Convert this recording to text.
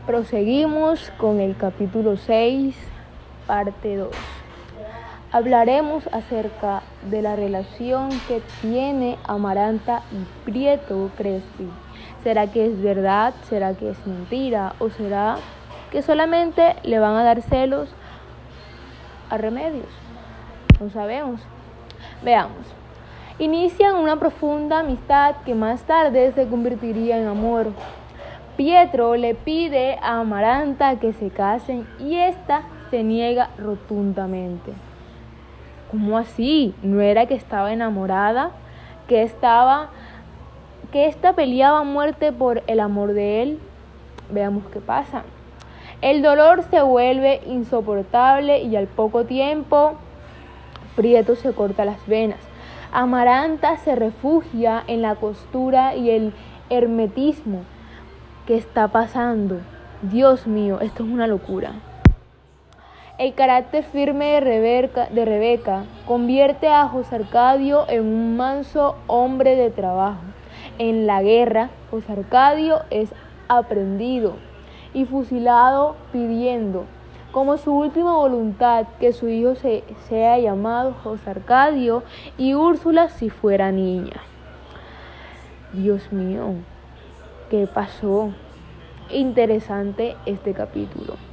Proseguimos con el capítulo 6, parte 2. Hablaremos acerca de la relación que tiene Amaranta y Prieto Crespi. ¿Será que es verdad? ¿Será que es mentira? ¿O será que solamente le van a dar celos a Remedios? No sabemos. Veamos. Inician una profunda amistad que más tarde se convertiría en amor. Pietro le pide a Amaranta que se casen y ésta se niega rotundamente. ¿Cómo así? ¿No era que estaba enamorada? ¿Que ésta peleaba a muerte por el amor de él? Veamos qué pasa. El dolor se vuelve insoportable y al poco tiempo Prieto se corta las venas. Amaranta se refugia en la costura y el hermetismo. ¿Qué está pasando? Dios mío, esto es una locura. El carácter firme de Rebeca convierte a José Arcadio en un manso hombre de trabajo. En la guerra, José Arcadio es aprehendido y fusilado pidiendo, como su última voluntad, que su hijo sea llamado José Arcadio y Úrsula si fuera niña. Dios mío, ¿qué pasó? Interesante este capítulo.